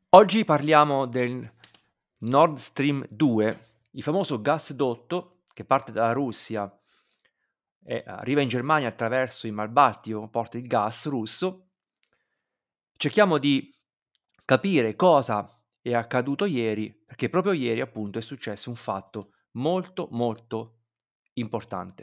Oggi parliamo del Nord Stream 2, il famoso gasdotto che parte dalla Russia e arriva in Germania attraverso il Mar Baltico, porta il gas russo. Cerchiamo di capire cosa è accaduto ieri, perché proprio ieri appunto è successo un fatto molto molto importante.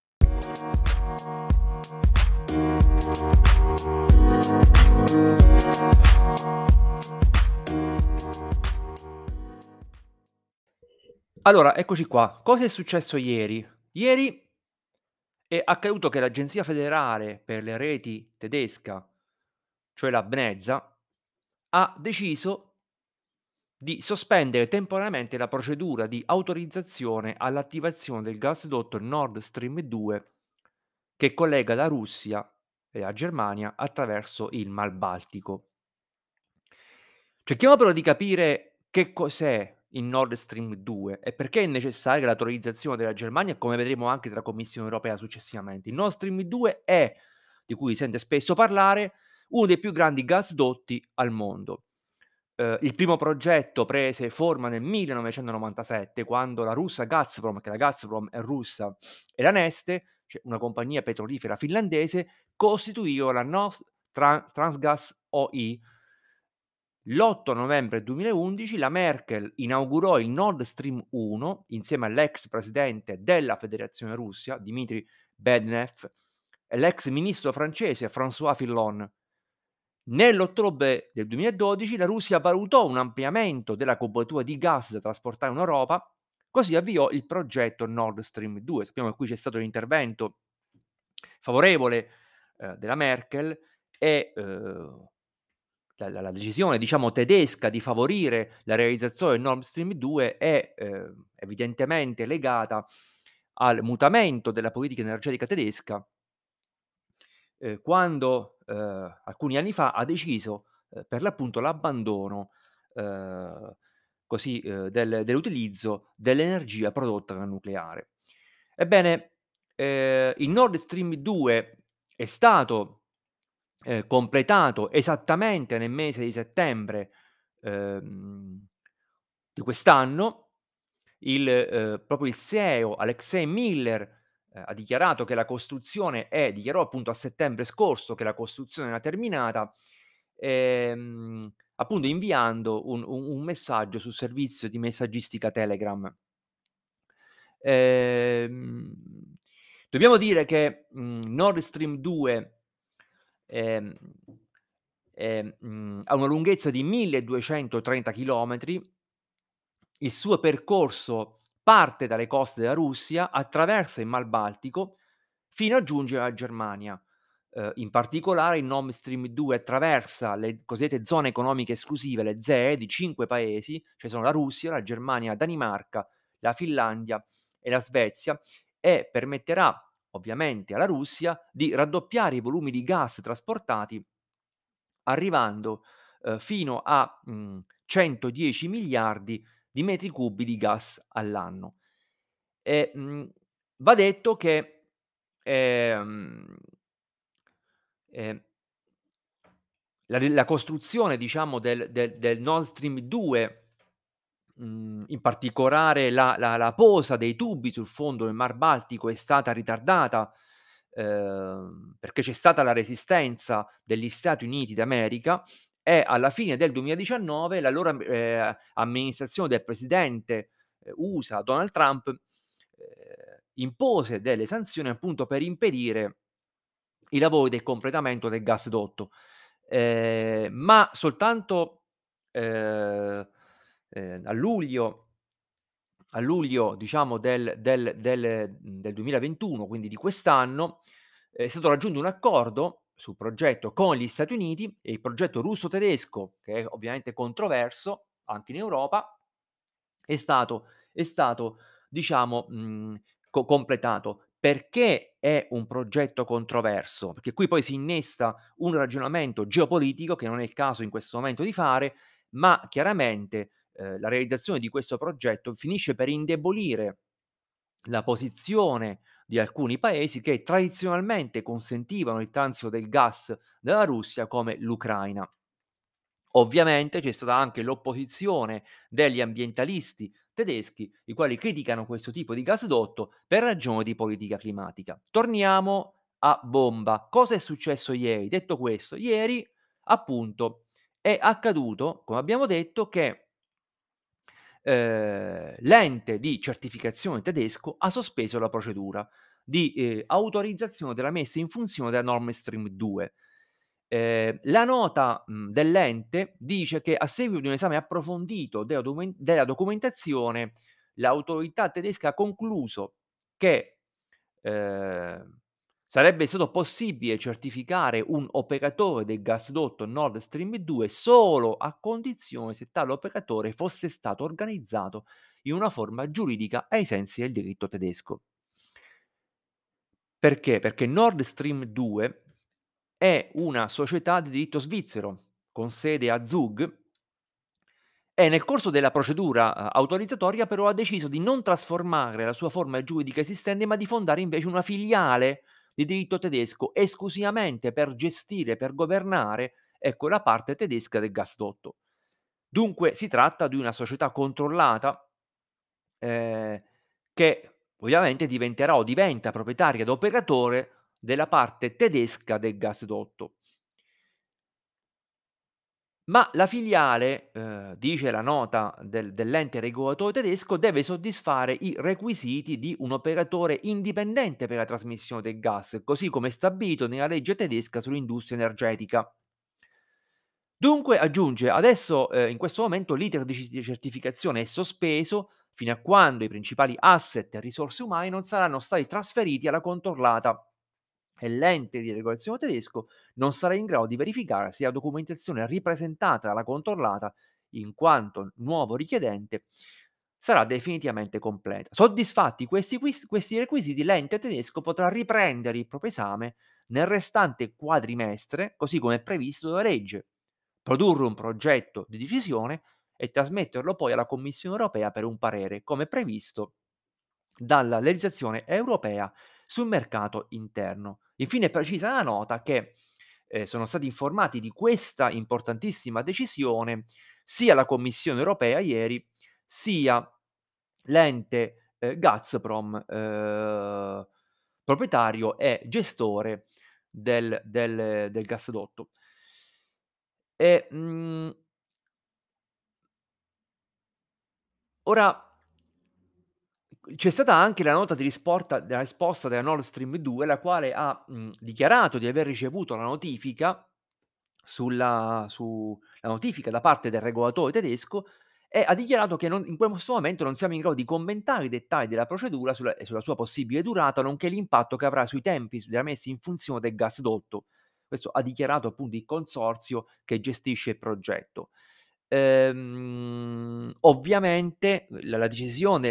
Allora, eccoci qua. Cosa è successo ieri? Ieri è accaduto che l'Agenzia federale per le reti tedesca, cioè la BNetzA, ha deciso di sospendere temporaneamente la procedura di autorizzazione all'attivazione del gasdotto Nord Stream 2 che collega la Russia e la Germania attraverso il Mar Baltico. Cerchiamo però di capire che cos'è il Nord Stream 2 e perché è necessaria l'autorizzazione della Germania, come vedremo anche della Commissione europea successivamente. Il Nord Stream 2 è, di cui si sente spesso parlare, uno dei più grandi gasdotti al mondo. Il primo progetto prese forma nel 1997 quando la russa Gazprom, che la Gazprom è russa, e la Neste, cioè una compagnia petrolifera finlandese, costituirono la Transgas OI. L'8 novembre 2011 la Merkel inaugurò il Nord Stream 1 insieme all'ex presidente della Federazione Russia, Dmitry Medvedev, e l'ex ministro francese François Fillon. Nell'ottobre del 2012 la Russia valutò un ampliamento della copertura di gas da trasportare in Europa, così avviò il progetto Nord Stream 2. Sappiamo che qui c'è stato l'intervento favorevole della Merkel e la decisione, diciamo, tedesca di favorire la realizzazione del Nord Stream 2 è evidentemente legata al mutamento della politica energetica tedesca, quando alcuni anni fa ha deciso per l'appunto l'abbandono dell'utilizzo dell'energia prodotta dal nucleare. Ebbene, il Nord Stream 2 è stato completato esattamente nel mese di settembre ehm, di quest'anno. Proprio il CEO Alexei Miller ha dichiarato che la costruzione dichiarò appunto a settembre scorso che la costruzione era terminata, appunto inviando un messaggio sul servizio di messaggistica Telegram. Ehm, Dobbiamo dire che, Nord Stream 2, ehm, ha una lunghezza di 1230 chilometri. Il suo percorso parte dalle coste della Russia, attraversa il Mar Baltico fino a giungere alla Germania. In particolare il Nord Stream 2 attraversa le cosiddette zone economiche esclusive, le ZEE, di 5 paesi, cioè sono la Russia, la Germania, la Danimarca, la Finlandia e la Svezia, e permetterà ovviamente alla Russia di raddoppiare i volumi di gas trasportati, arrivando fino a 110 miliardi di metri cubi di gas all'anno. E, va detto che, ehm, ehm, la costruzione diciamo del Nord Stream 2, in particolare la posa dei tubi sul fondo del Mar Baltico è stata ritardata, perché c'è stata la resistenza degli Stati Uniti d'America e alla fine del 2019 l'allora amministrazione del presidente USA Donald Trump impose delle sanzioni appunto per impedire i lavori del completamento del gasdotto. Ma soltanto a luglio diciamo del 2021, quindi di quest'anno, è stato raggiunto un accordo sul progetto con gli Stati Uniti, e il progetto russo-tedesco, che è ovviamente controverso anche in Europa, è stato diciamo, completato. Perché è un progetto controverso? Perché qui poi si innesta un ragionamento geopolitico che non è il caso in questo momento di fare, ma chiaramente, la realizzazione di questo progetto finisce per indebolire la posizione di alcuni paesi che tradizionalmente consentivano il transito del gas dalla Russia, come l'Ucraina. Ovviamente c'è stata anche l'opposizione degli ambientalisti tedeschi, i quali criticano questo tipo di gasdotto per ragioni di politica climatica. Torniamo a bomba. Cosa è successo ieri? Detto questo, ieri appunto è accaduto, come abbiamo detto, che l'ente di certificazione tedesco ha sospeso la procedura di, autorizzazione della messa in funzione della Nord Stream 2. La nota, dell'ente dice che a seguito di un esame approfondito della documentazione, l'autorità tedesca ha concluso che, ehm, sarebbe stato possibile certificare un operatore del gasdotto Nord Stream 2 solo a condizione se tale operatore fosse stato organizzato in una forma giuridica ai sensi del diritto tedesco. Perché? Perché Nord Stream 2 è una società di diritto svizzero con sede a Zug e nel corso della procedura, autorizzatoria però ha deciso di non trasformare la sua forma giuridica esistente, ma di fondare invece una filiale di diritto tedesco esclusivamente per gestire, per governare, ecco, la parte tedesca del gasdotto. Dunque si tratta di una società controllata, ehm, che ovviamente diventerà o diventa proprietaria ed operatore della parte tedesca del gasdotto. Ma la filiale, dice la nota dell'ente regolatore tedesco, deve soddisfare i requisiti di un operatore indipendente per la trasmissione del gas, così come stabilito nella legge tedesca sull'industria energetica. Dunque aggiunge: "Adesso, in questo momento l'iter di certificazione è sospeso fino a quando i principali asset e risorse umane non saranno stati trasferiti alla controllata e l'ente di regolazione tedesco non sarà in grado di verificare se la documentazione ripresentata dalla controllata, in quanto nuovo richiedente, sarà definitivamente completa. Soddisfatti questi requisiti, l'ente tedesco potrà riprendere il proprio esame nel restante quadrimestre, così come è previsto dalla legge, produrre un progetto di decisione e trasmetterlo poi alla Commissione europea per un parere, come previsto dalla legislazione europea sul mercato interno. Infine precisa la nota che, sono stati informati di questa importantissima decisione sia la Commissione europea ieri, sia l'ente, Gazprom, proprietario e gestore del gasdotto. E, ora c'è stata anche la nota di risporta della risposta della Nord Stream 2, la quale ha, dichiarato di aver ricevuto la notifica la notifica da parte del regolatore tedesco e ha dichiarato che non in questo momento non siamo in grado di commentare i dettagli della procedura sulla sua possibile durata, nonché l'impatto che avrà sui tempi della messa in funzione del gasdotto. Questo ha dichiarato appunto il consorzio che gestisce il progetto. Ovviamente la decisione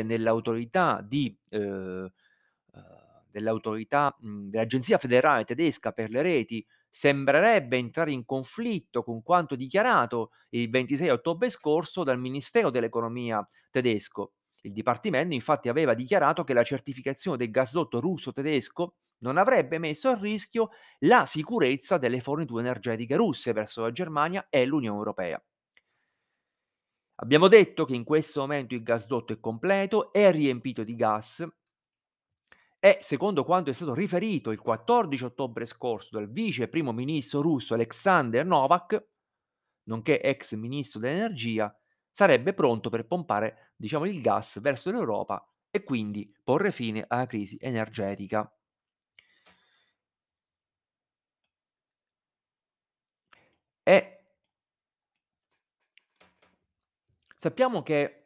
dell'Agenzia federale tedesca per le reti sembrerebbe entrare in conflitto con quanto dichiarato il 26 ottobre scorso dal Ministero dell'Economia tedesco. Il dipartimento infatti aveva dichiarato che la certificazione del gasdotto russo-tedesco non avrebbe messo a rischio la sicurezza delle forniture energetiche russe verso la Germania e l'Unione Europea. Abbiamo detto che in questo momento il gasdotto è completo, è riempito di gas e, secondo quanto è stato riferito il 14 ottobre scorso dal vice primo ministro russo Alexander Novak, nonché ex ministro dell'energia, sarebbe pronto per pompare, diciamo, il gas verso l'Europa e quindi porre fine alla crisi energetica. E sappiamo che,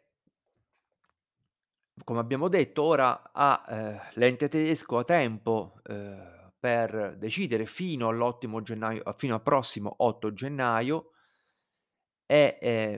come abbiamo detto, ora l'ente tedesco ha tempo, per decidere fino al prossimo 8 gennaio e,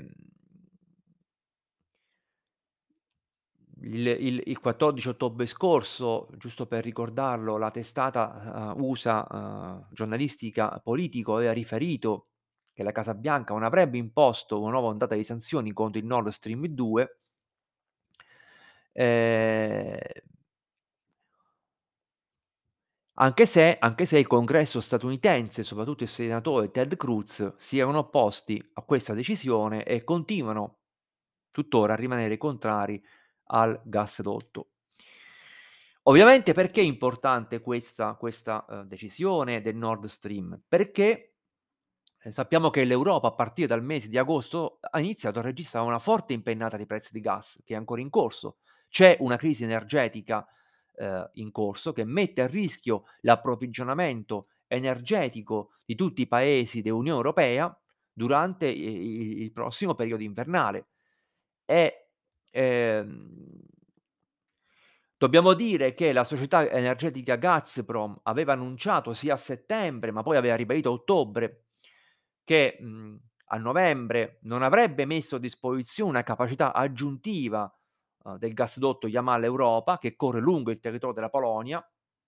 il 14 ottobre scorso, giusto per ricordarlo, la testata, USA, giornalistica Politico aveva riferito che la Casa Bianca non avrebbe imposto una nuova ondata di sanzioni contro il Nord Stream 2. Ehm anche se il Congresso statunitense, soprattutto il senatore Ted Cruz, si erano opposti a questa decisione e continuano tuttora a rimanere contrari al gasdotto. Ovviamente perché è importante questa decisione del Nord Stream? Perché, sappiamo che l'Europa a partire dal mese di agosto ha iniziato a registrare una forte impennata dei prezzi di gas, che è ancora in corso. C'è una crisi energetica, in corso che mette a rischio l'approvvigionamento energetico di tutti i paesi dell'Unione Europea durante il prossimo periodo invernale. E, ehm, dobbiamo dire che la società energetica Gazprom aveva annunciato sia a settembre, ma poi aveva ribadito a ottobre, che, a novembre non avrebbe messo a disposizione una capacità aggiuntiva, del gasdotto Yamal Europa, che corre lungo il territorio della Polonia.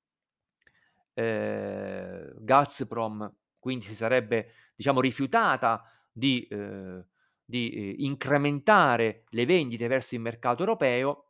Gazprom quindi si sarebbe, diciamo, rifiutata di incrementare le vendite verso il mercato europeo,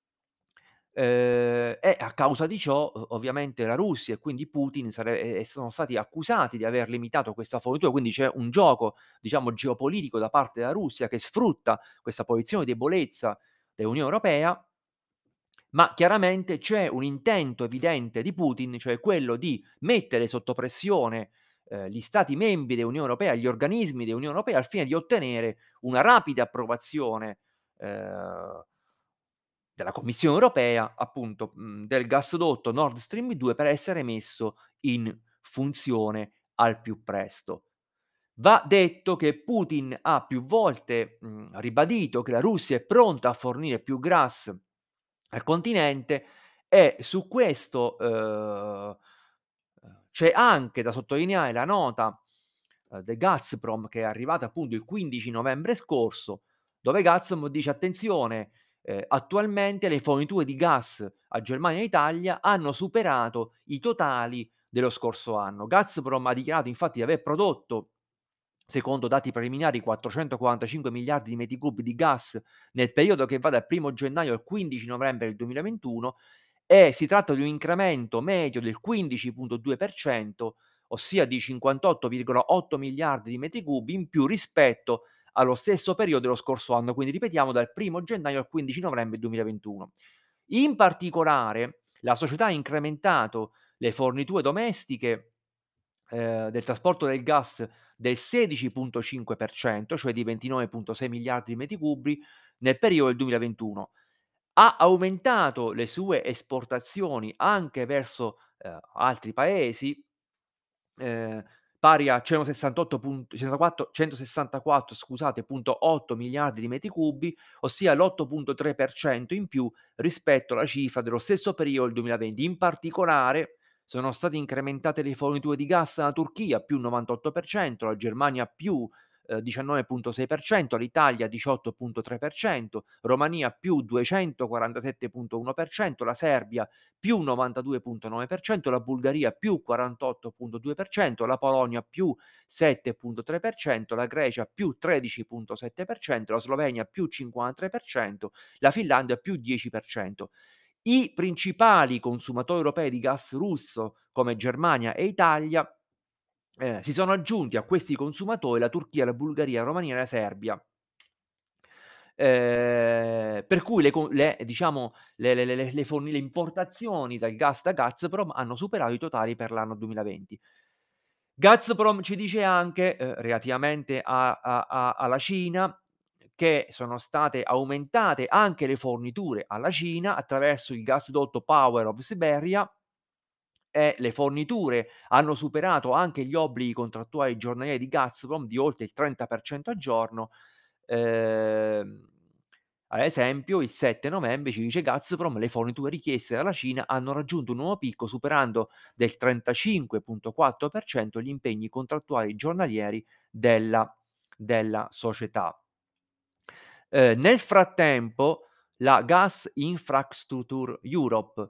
e a causa di ciò, ovviamente la Russia e quindi Putin sono stati accusati di aver limitato questa fornitura, quindi c'è un gioco, diciamo, geopolitico da parte della Russia che sfrutta questa posizione di debolezza dell'Unione Europea, ma chiaramente c'è un intento evidente di Putin, cioè quello di mettere sotto pressione, gli stati membri dell'Unione Europea, gli organismi dell'Unione Europea, al fine di ottenere una rapida approvazione, ehm, della Commissione Europea, appunto, del gasdotto Nord Stream 2 per essere messo in funzione al più presto. Va detto che Putin ha più volte, ribadito che la Russia è pronta a fornire più gas al continente e su questo, c'è anche da sottolineare la nota, del Gazprom che è arrivata appunto il 15 novembre scorso, dove Gazprom dice: "Attenzione, attualmente le forniture di gas a Germania e Italia hanno superato i totali dello scorso anno". Gazprom ha dichiarato infatti di aver prodotto, secondo dati preliminari, 445 miliardi di metri cubi di gas nel periodo che va dal 1° gennaio al 15 novembre del 2021, e si tratta di un incremento medio del 15,2%, ossia di 58,8 miliardi di metri cubi in più rispetto allo stesso periodo dello scorso anno, quindi ripetiamo dal 1° gennaio al 15 novembre 2021. In particolare, la società ha incrementato le forniture domestiche, del trasporto del gas del 16,5%, cioè di 29,6 miliardi di metri cubi nel periodo del 2021. Ha aumentato le sue esportazioni anche verso, altri paesi, ehm, pari a 164 scusate, punto 8 miliardi di metri cubi, ossia l'8,3% in più rispetto alla cifra dello stesso periodo del 2020. In particolare sono state incrementate le forniture di gas alla Turchia più 98%, alla Germania più 19,6%, l'Italia 18,3%, Romania più 247,1%, la Serbia più 92,9%, la Bulgaria più 48,2%, la Polonia più 7,3%, la Grecia più 13,7%, la Slovenia più 53%, la Finlandia più 10%. I principali consumatori europei di gas russo, come Germania e Italia, si sono aggiunti a questi consumatori la Turchia, la Bulgaria, la Romania e la Serbia. Per cui le diciamo le importazioni del gas da Gazprom hanno superato i totali per l'anno 2020. Gazprom ci dice anche, relativamente alla Cina, che sono state aumentate anche le forniture alla Cina attraverso il gasdotto Power of Siberia, e le forniture hanno superato anche gli obblighi contrattuali giornalieri di Gazprom di oltre il 30% al giorno. Ehm, Ad esempio il 7 novembre, ci dice Gazprom, le forniture richieste dalla Cina hanno raggiunto un nuovo picco superando del 35,4% gli impegni contrattuali giornalieri della società. Nel frattempo la Gas Infrastructure Europe,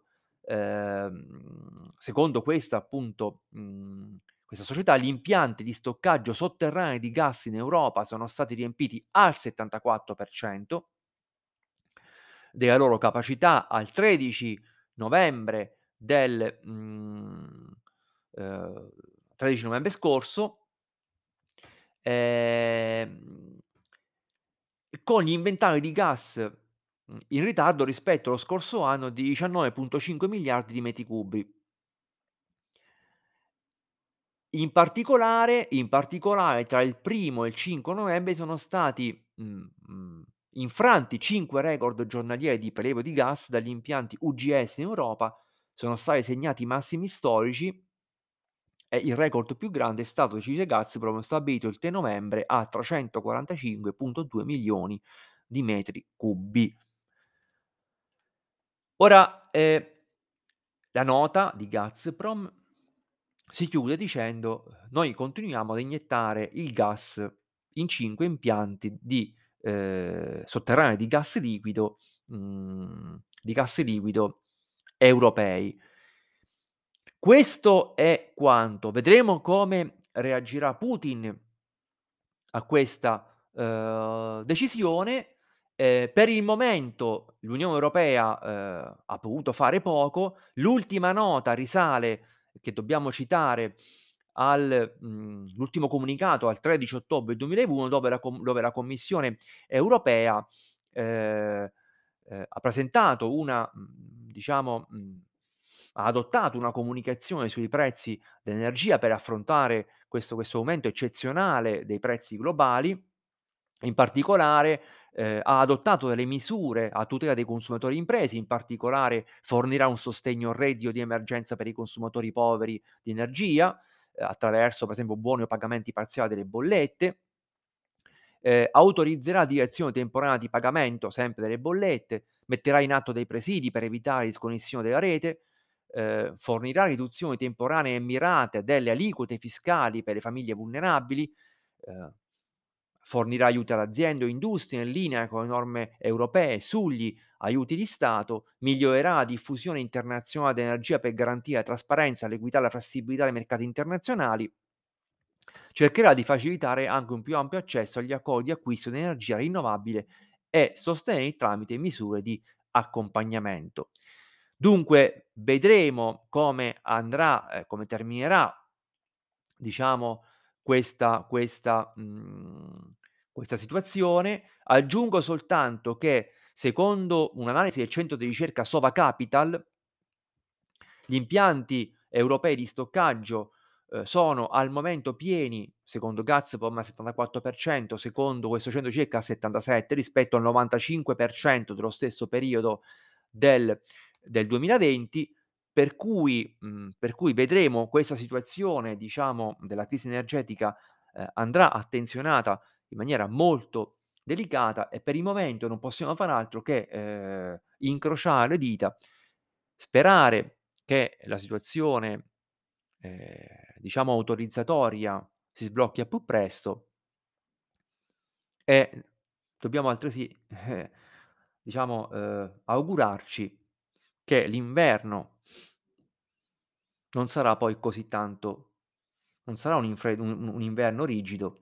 secondo questa appunto, questa società, gli impianti di stoccaggio sotterranei di gas in Europa sono stati riempiti al 74% della loro capacità al 13 novembre del, 13 novembre scorso, ehm, con gli inventari di gas, in ritardo rispetto allo scorso anno di 19,5 miliardi di metri cubi. In particolare tra il primo e il 5 novembre sono stati, infranti 5 record giornalieri di prelievo di gas dagli impianti UGS in Europa, sono stati segnati massimi storici e il record più grande è stato deciso da Gazprom, stabilito il 3 novembre a 345,2 milioni di metri cubi. Ora, la nota di Gazprom si chiude dicendo: "Noi continuiamo ad iniettare il gas in 5 impianti di sotterranei di gas liquido europei". Questo è quanto. Vedremo come reagirà Putin a questa, decisione. Per il momento l'Unione Europea, ha potuto fare poco. L'ultima nota risale, che dobbiamo citare, l'ultimo comunicato al 13 ottobre 2001, dove la Commissione europea, ehm, ha presentato ha adottato una comunicazione sui prezzi dell'energia per affrontare questo aumento eccezionale dei prezzi globali. In particolare, ha adottato delle misure a tutela dei consumatori e imprese, in particolare fornirà un sostegno reddito di emergenza per i consumatori poveri di energia, attraverso per esempio buoni o pagamenti parziali delle bollette, autorizzerà direzione temporanea di pagamento sempre delle bollette, metterà in atto dei presidi per evitare disconnessione della rete, fornirà riduzioni temporanee e mirate delle aliquote fiscali per le famiglie vulnerabili, ehm fornirà aiuti ad aziende o industrie in linea con le norme europee sugli aiuti di Stato, migliorerà la diffusione internazionale dell'energia per garantire la trasparenza, l'equità e la flessibilità dei mercati internazionali, cercherà di facilitare anche un più ampio accesso agli accordi di acquisto di energia rinnovabile e sostenere tramite misure di accompagnamento. Dunque vedremo come terminerà, diciamo, questa situazione. Aggiungo soltanto che, secondo un'analisi del centro di ricerca Sova Capital, gli impianti europei di stoccaggio, sono al momento pieni, secondo Gazprom al 74%, secondo questo centro di ricerca al 77, rispetto al 95% dello stesso periodo del 2020, per cui vedremo questa situazione, diciamo, della crisi energetica, andrà attenzionata in maniera molto delicata, e per il momento non possiamo far altro che, incrociare le dita, sperare che la situazione, diciamo autorizzatoria, si sblocchi al più presto, e dobbiamo altresì, diciamo, augurarci che l'inverno non sarà poi così tanto, non sarà un inverno rigido.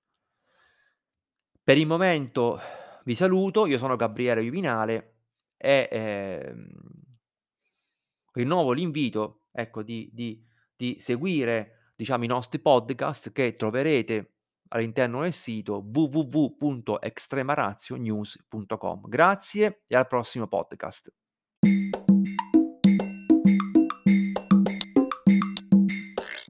Per il momento vi saluto, io sono Gabriele Vivinale e, rinnovo l'invito, ecco, di seguire, diciamo, i nostri podcast che troverete all'interno del sito www.extremarazionews.com. Grazie e al prossimo podcast.